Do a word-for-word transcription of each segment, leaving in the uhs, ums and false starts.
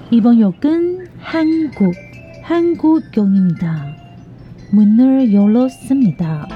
이번 역은 한국, 한국역입니다. 문을 열었습니다.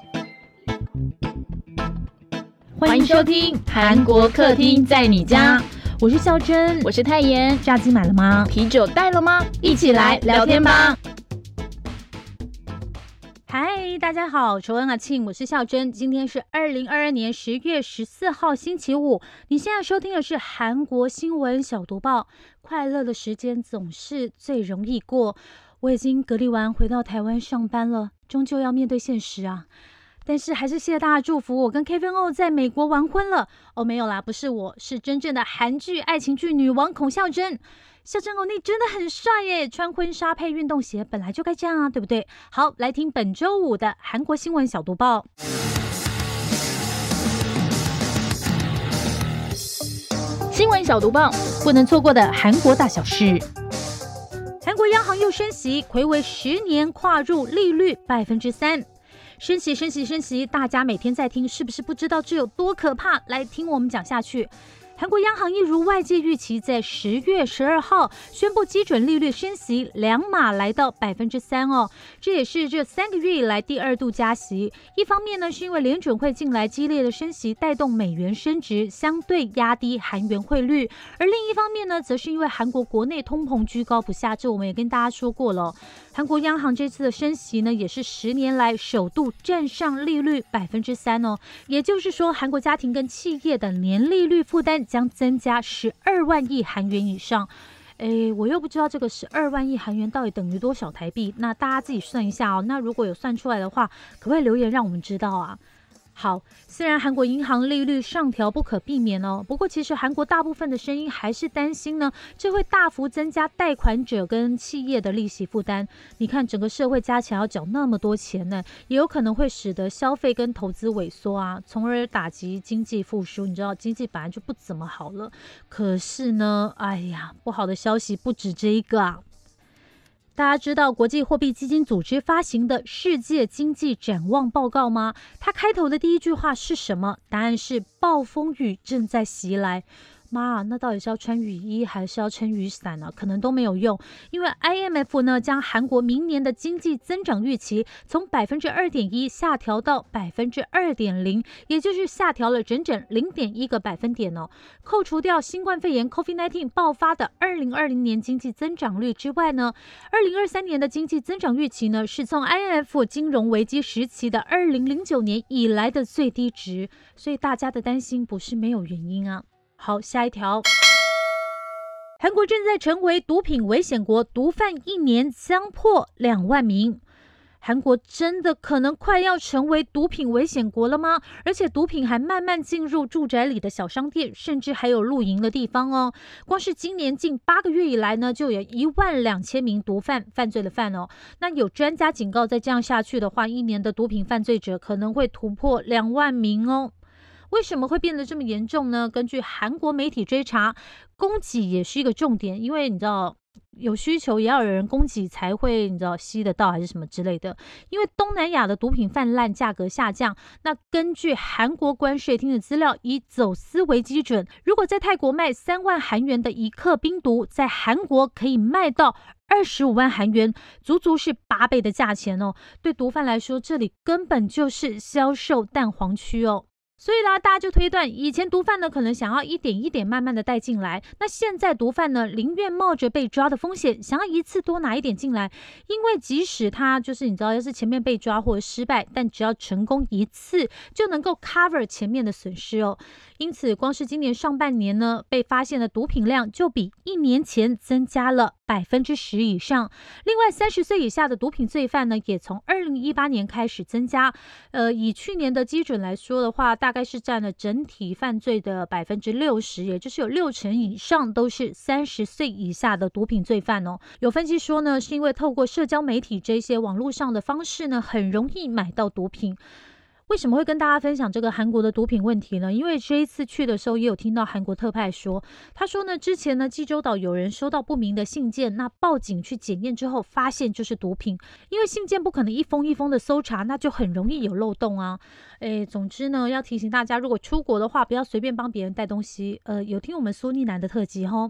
欢迎收听韩国客厅在你家， 我是孝珍， 我是泰妍。 炸鸡买了吗？ 啤酒带了吗？一起来聊天吧。 嗨，大家好，仇恩阿庆，我是孝珍。今天是二零二二年十月十四号星期五。你现在收听的是韩国新闻小读报。快乐的时间总是最容易过。我已经隔离完回到台湾上班了，终究要面对现实啊。但是还是谢谢大家祝福，我跟 Kevin O 在美国完婚了。哦，没有啦，不是我，是真正的韩剧爱情剧女王孔孝真。孝真哦，你真的很帅耶！穿婚纱配运动鞋，本来就该这样啊，对不对？好，来听本周五的韩国新闻小读报。 新闻小读报， 不能错过的韩国大小事。韩国央行又升息，睽违十年跨入利率百分之三。升息，升息，升息，大家每天在听，是不是不知道这有多可怕？来听我们讲下去。韩国央行一如外界预期，在十月十二号宣布基准利率升息两码，来到百分之三哦。这也是这三个月以来第二度加息。一方面呢，是因为联准会近来激烈的升息，带动美元升值，相对压低韩元汇率；而另一方面呢，则是因为韩国国内通膨居高不下，这我们也跟大家说过了。韩国央行这次的升息呢，也是十年来首度站上利率百分之三哦。也就是说，韩国家庭跟企业的年利率负担将增加十二万亿韩元以上。诶，我又不知道这个十二万亿韩元到底等于多少台币，那大家自己算一下哦。那如果有算出来的话，可不可以留言让我们知道啊？好，虽然韩国银行利率上调不可避免哦，不过其实韩国大部分的声音还是担心呢，这会大幅增加贷款者跟企业的利息负担。你看整个社会加起来要缴那么多钱呢，也有可能会使得消费跟投资萎缩啊，从而打击经济复苏。你知道经济本来就不怎么好了，可是呢，哎呀，不好的消息不止这一个啊。大家知道国际货币基金组织发行的世界经济展望报告吗？它开头的第一句话是什么？答案是暴风雨正在袭来。妈，那到底是要穿雨衣还是要撑雨伞呢、啊？可能都没有用，因为 I M F 呢将韩国明年的经济增长预期从百分之二点一下调到百分之二点零，也就是下调了整整零点一个百分点哦。扣除掉新冠肺炎 COVID 十九 爆发的二零二零年经济增长率之外呢，二零二三年的经济增长预期呢是从 I M F 金融危机时期的二零零九年以来的最低值，所以大家的担心不是没有原因啊。好，下一条，韩国正在成为毒品危险国，毒贩一年将破两万名。韩国真的可能快要成为毒品危险国了吗？而且毒品还慢慢进入住宅里的小商店，甚至还有露营的地方哦。光是今年近八个月以来呢，就有一万两千名毒贩犯罪的犯哦。那有专家警告，再这样下去的话，一年的毒品犯罪者可能会突破两万名哦。为什么会变得这么严重呢？根据韩国媒体追查，供给也是一个重点，因为你知道有需求也要有人供给才会你知道吸得到还是什么之类的。因为东南亚的毒品泛滥，价格下降。那根据韩国关税厅的资料，以走私为基准，如果在泰国卖三万韩元的一克冰毒，在韩国可以卖到二十五万韩元，足足是八倍的价钱哦。对毒贩来说，这里根本就是销售蛋黄区哦。所以啦，大家就推断，以前毒贩呢可能想要一点一点慢慢的带进来，那现在毒贩呢宁愿冒着被抓的风险，想要一次多拿一点进来，因为即使他就是你知道，要是前面被抓或者失败，但只要成功一次，就能够 cover 前面的损失哦。因此，光是今年上半年呢，被发现的毒品量就比一年前增加了百分之十以上。另外，三十岁以下的毒品罪犯呢，也从二零一八年开始增加。呃，以去年的基准来说的话，大概是占了整体犯罪的百分之六十，也就是有六成以上都是三十岁以下的毒品罪犯哦。有分析说呢，是因为透过社交媒体这些网络上的方式呢，很容易买到毒品。为什么会跟大家分享这个韩国的毒品问题呢？因为这一次去的时候也有听到韩国特派说，他说呢，之前呢济州岛有人收到不明的信件，那报警去检验之后发现就是毒品，因为信件不可能一封一封的搜查，那就很容易有漏洞啊。诶，总之呢，要提醒大家，如果出国的话，不要随便帮别人带东西。呃，有听我们苏妮南的特辑齁。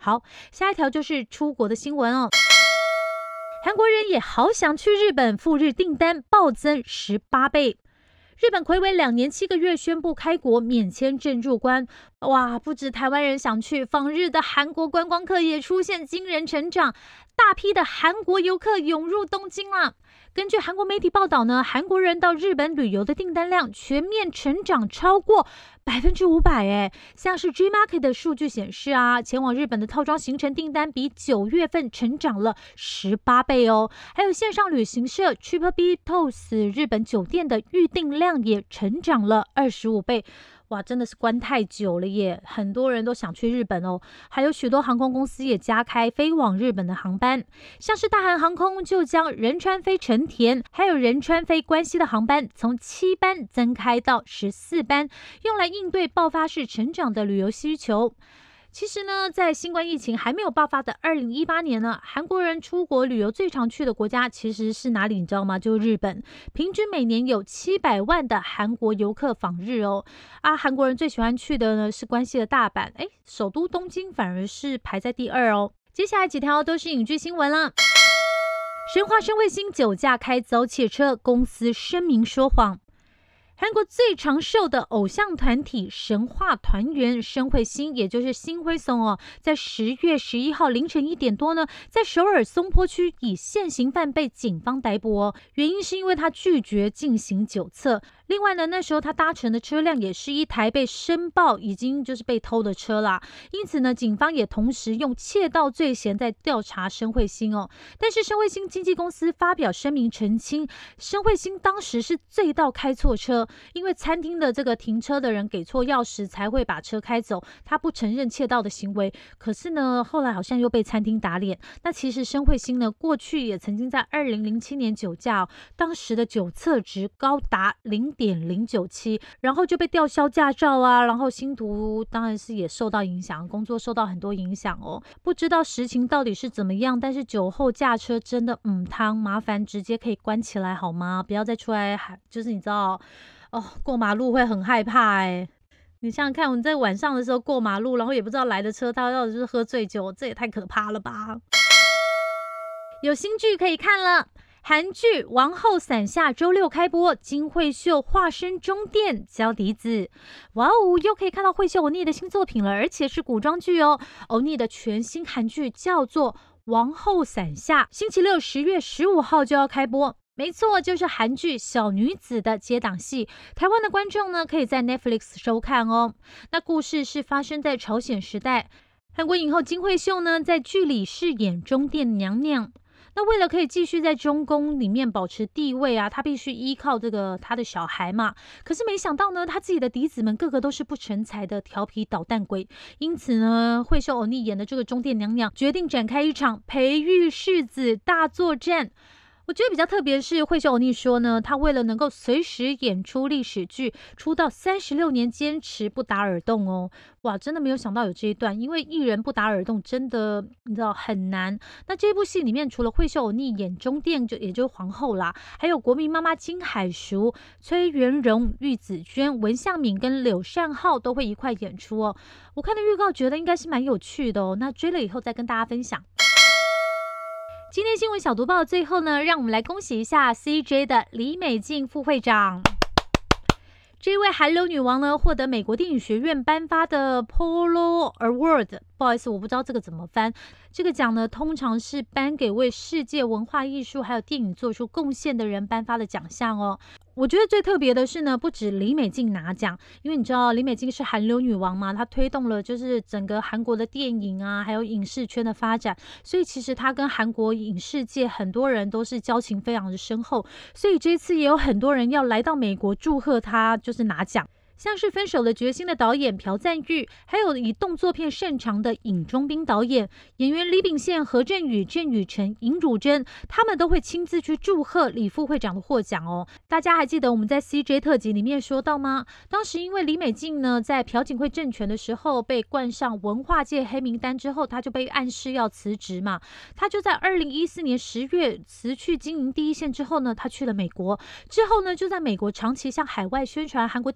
好，下一条就是出国的新闻哦。韩国人也好想去日本，赴日订单暴增十八倍。日本睽违两年七个月宣布开国免签证入关，哇！不止台湾人想去访日的韩国观光客也出现惊人成长，大批的韩国游客涌入东京啦。根据韩国媒体报道呢，韩国人到日本旅游的订单量全面成长超过百分之五百，哎，像是 Gmarket 的数据显示啊，前往日本的套装行程订单比九月份成长了十八倍哦。还有线上旅行社 TripAdvisor 日本酒店的预订量也成长了二十五倍。哇，真的是关太久了耶，很多人都想去日本哦。还有许多航空公司也加开飞往日本的航班，像是大韩航空就将仁川飞成田，还有仁川飞关西的航班从七班增开到十四班，用来应对爆发式成长的旅游需求。其实呢，在新冠疫情还没有爆发的二零一八年呢，韩国人出国旅游最常去的国家其实是哪里？你知道吗？就是日本，平均每年有七百万的韩国游客访日哦。啊，韩国人最喜欢去的呢是关西的大阪，哎，首都东京反而是排在第二哦。接下来几条都是影剧新闻啦。神话生卫星酒驾开遭窃车，公司声明说谎。韩国最长寿的偶像团体神话团员申慧星，也就是星辉松哦，在十月十一号凌晨一点多呢，在首尔松坡区以现行犯被警方逮捕哦。原因是因为他拒绝进行酒测。另外呢，那时候他搭乘的车辆也是一台被申报已经就是被偷的车啦，因此呢，警方也同时用窃盗罪嫌在调查申慧星哦。但是申慧星经纪公司发表声明澄清，申慧星当时是醉到开错车。因为餐厅的这个停车的人给错钥匙才会把车开走，他不承认窃盗的行为。可是呢，后来好像又被餐厅打脸。那其实申慧星呢，过去也曾经在二零零七年酒驾、哦，当时的酒测值高达零点零九七，然后就被吊销驾照啊。然后星途当然是也受到影响，工作受到很多影响哦。不知道实情到底是怎么样，但是酒后驾车真的嗯汤，麻烦直接可以关起来好吗？不要再出来，就是你知道。哦，过马路会很害怕哎！你想想看，我们在晚上的时候过马路，然后也不知道来的车他到底是喝醉酒，这也太可怕了吧！有新剧可以看了，韩剧《王后伞下》周六开播，金惠秀化身中殿教嫡子。哇哦，又可以看到惠秀欧尼的新作品了，而且是古装剧哦。欧尼的全新韩剧叫做《王后伞下》，星期六十月十五号就要开播。没错，就是韩剧《小女子》的接档戏，台湾的观众呢可以在 Netflix 收看哦。那故事是发生在朝鲜时代，韩国影后金惠秀呢在剧里饰演中殿娘娘。那为了可以继续在中宫里面保持地位啊，她必须依靠这个她的小孩嘛。可是没想到呢，她自己的嫡子们个个都是不成才的调皮捣蛋鬼，因此呢，惠秀欧尼演的这个中殿娘娘决定展开一场培育世子大作战。我觉得比较特别的是，惠秀欧尼说呢，她为了能够随时演出历史剧，出道三十六年坚持不打耳洞哦。哇，真的没有想到有这一段，因为艺人不打耳洞真的你知道很难。那这部戏里面除了惠秀欧尼演中殿，就也就是皇后啦，还有国民妈妈金海淑、崔元荣、玉子娟、文相敏跟柳善浩都会一块演出哦。我看的预告觉得应该是蛮有趣的哦，那追了以后再跟大家分享。今天新闻小读报的最后呢，让我们来恭喜一下 C J 的李美静副会长。这位韩流女王呢，获得美国电影学院颁发的 Polo Award， 不好意思，我不知道这个怎么翻。这个奖呢，通常是颁给为世界文化艺术还有电影做出贡献的人颁发的奖项哦。我觉得最特别的是呢，不止李美静拿奖，因为你知道李美静是韩流女王嘛，她推动了就是整个韩国的电影啊，还有影视圈的发展，所以其实她跟韩国影视界很多人都是交情非常的深厚，所以这次也有很多人要来到美国祝贺她，就是拿奖。像是《分手的决心》的导演朴赞郁，还有以动作片擅长的尹中彬导演，演员李秉宪、何振宇、郑雨辰、尹汝贞，他们都会亲自去祝贺李副会长的获奖哦。大家还记得我们在 C J 特辑里面说到吗？当时因为李美静呢在朴槿惠政权的时候被冠上文化界黑名单之后，他就被暗示要辞职嘛。他就在二零一四年十月辞去经营第一线之后呢，他去了美国，之后呢就在美国长期向海外宣传韩国电影。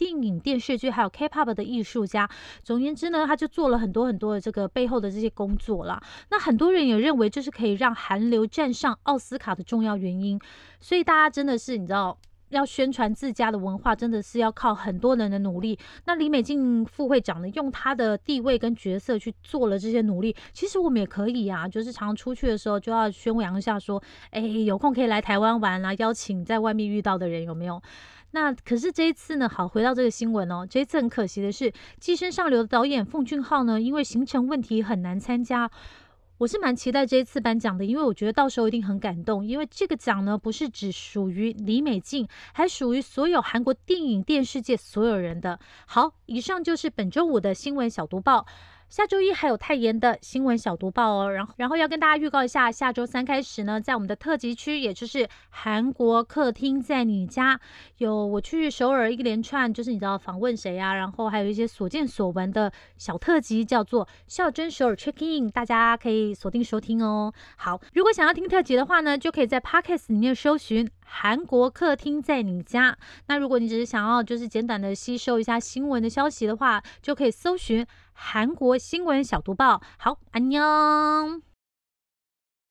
电视剧还有 K-pop 的艺术家。总而言之呢，他就做了很多很多的这个背后的这些工作啦。那很多人也认为这是可以让韩流站上奥斯卡的重要原因，所以大家真的是你知道。要宣传自家的文化，真的是要靠很多人的努力。那李美静副会长呢，用她的地位跟角色去做了这些努力。其实我们也可以啊，就是常常出去的时候就要宣扬一下，说，哎，有空可以来台湾玩啊，邀请在外面遇到的人有没有？那可是这一次呢，好，回到这个新闻哦，这一次很可惜的是，《寄生上流》的导演奉俊昊呢，因为行程问题很难参加。我是蛮期待这一次颁奖的，因为我觉得到时候一定很感动，因为这个奖呢不是只属于李美静，还属于所有韩国电影电视界所有人的。好，以上就是本周五的新闻小读报。下周一还有泰妍的新闻小读报哦，然后然后要跟大家预告一下，下周三开始呢，在我们的特辑区，也就是韩国客厅在你家，有我去首尔一个连串，就是你知道访问谁啊，然后还有一些所见所闻的小特辑，叫做孝真首尔 check in， 大家可以锁定收听哦。好，如果想要听特辑的话呢，就可以在 Podcast 里面搜寻韩国客厅在你家。那如果你只是想要就是简短的吸收一下新闻的消息的话，就可以搜寻韩国新闻小读报。好，安妞。